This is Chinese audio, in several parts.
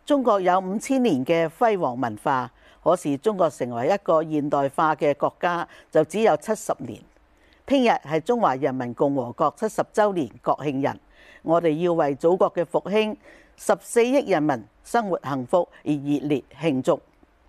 中國有5000年嘅輝煌文化，可是中國成為一個現代化嘅國家就只有70年。聽日係中華人民共和國70週年國慶日，我哋要為祖國嘅復興、14億人民生活幸福而熱烈慶祝。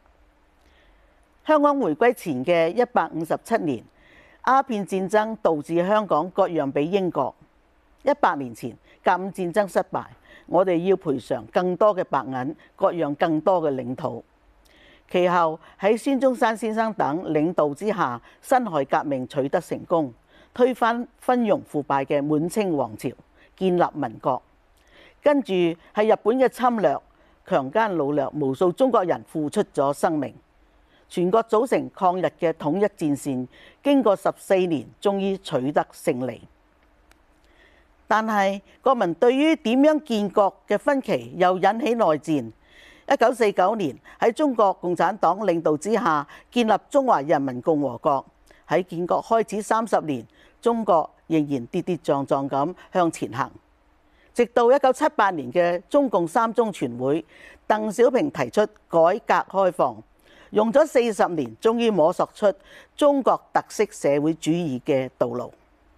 香港回歸前嘅157年，鴉片戰爭導致香港割讓俾英國。100年前，甲午戰爭失敗，我哋要賠償更多嘅白銀，割讓更多嘅領土。其後喺孫中山先生等領導之下，辛亥革命取得成功，推翻昏庸腐敗嘅滿清王朝，建立民國。跟住係日本嘅侵略，強姦擄掠，無數中國人付出咗生命。全國組成抗日嘅統一戰線，經過14年，終於取得勝利。但係國民對於點樣建國嘅分歧又引起內戰。1949年喺中國共產黨領導之下建立中華人民共和國。喺建國開始30年，中國仍然跌跌撞撞咁向前行。直到1978年嘅中共3中全會，鄧小平提出改革開放，用咗40年，終於摸索出中國特色社會主義嘅道路。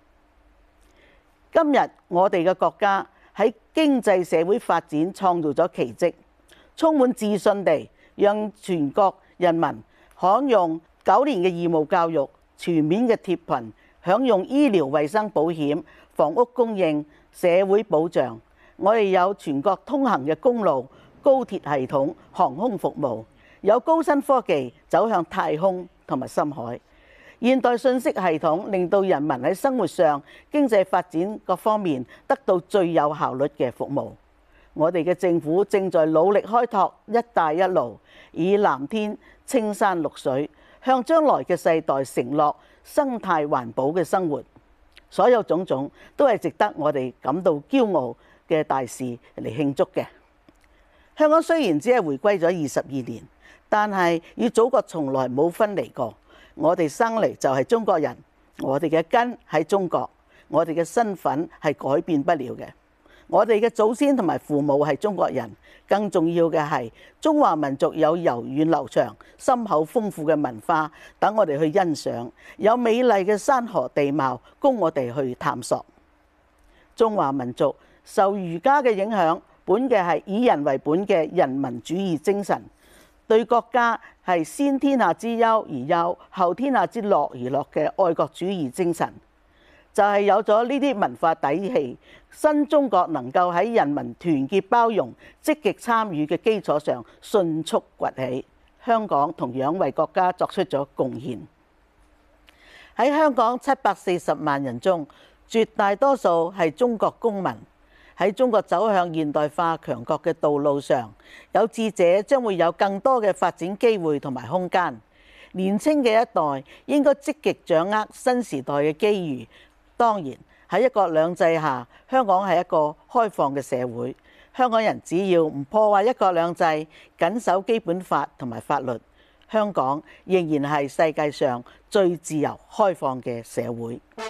今日我哋嘅國家喺經濟社會發展創造咗奇蹟，充滿自信地讓全國人民享用9年嘅義務教育、全面嘅貼貧，享用醫療衛生保險、房屋供應、社會保障。我哋有全國通行嘅公路、高鐵系統、航空服務，有高新科技走向太空同埋深海。現代信息系統令到人民喺生活上、經濟發展各方面得到最有效率嘅服務。我哋嘅政府正在努力開拓一帶一路，以藍天、青山綠水向將來嘅世代承諾生態環保嘅生活。所有種種都係值得我哋感到驕傲嘅大事嚟慶祝嘅。香港雖然只係回歸咗22年，但係與祖國從來冇分離過。我哋生嚟就係中國人，我哋嘅根喺中國，我哋嘅身份係改變不了嘅。我哋嘅祖先同埋父母係中國人，更重要嘅係中華民族有悠遠流長、深厚豐富嘅文化，等我哋去欣賞，有美麗嘅山河地貌供我哋去探索。中華民族受儒家嘅影響，本嘅係以人為本嘅人民主義精神，對國家係先天下之憂而憂，後天下之樂而樂嘅愛國主義精神。就係有咗呢啲文化底氣，新中國能夠喺人民團結包容、積極參與嘅基礎上迅速崛起。香港同樣為國家作出咗貢獻。喺香港740萬人中，絕大多數係中國公民。喺中國走向現代化強國嘅道路上，有志者將會有更多嘅發展機會同埋空間。年輕嘅一代應該積極掌握新時代嘅機遇。當然喺一國兩制下，香港係一個開放嘅社會。香港人只要唔破壞一國兩制，緊守基本法同埋法律，香港仍然係世界上最自由開放嘅社會。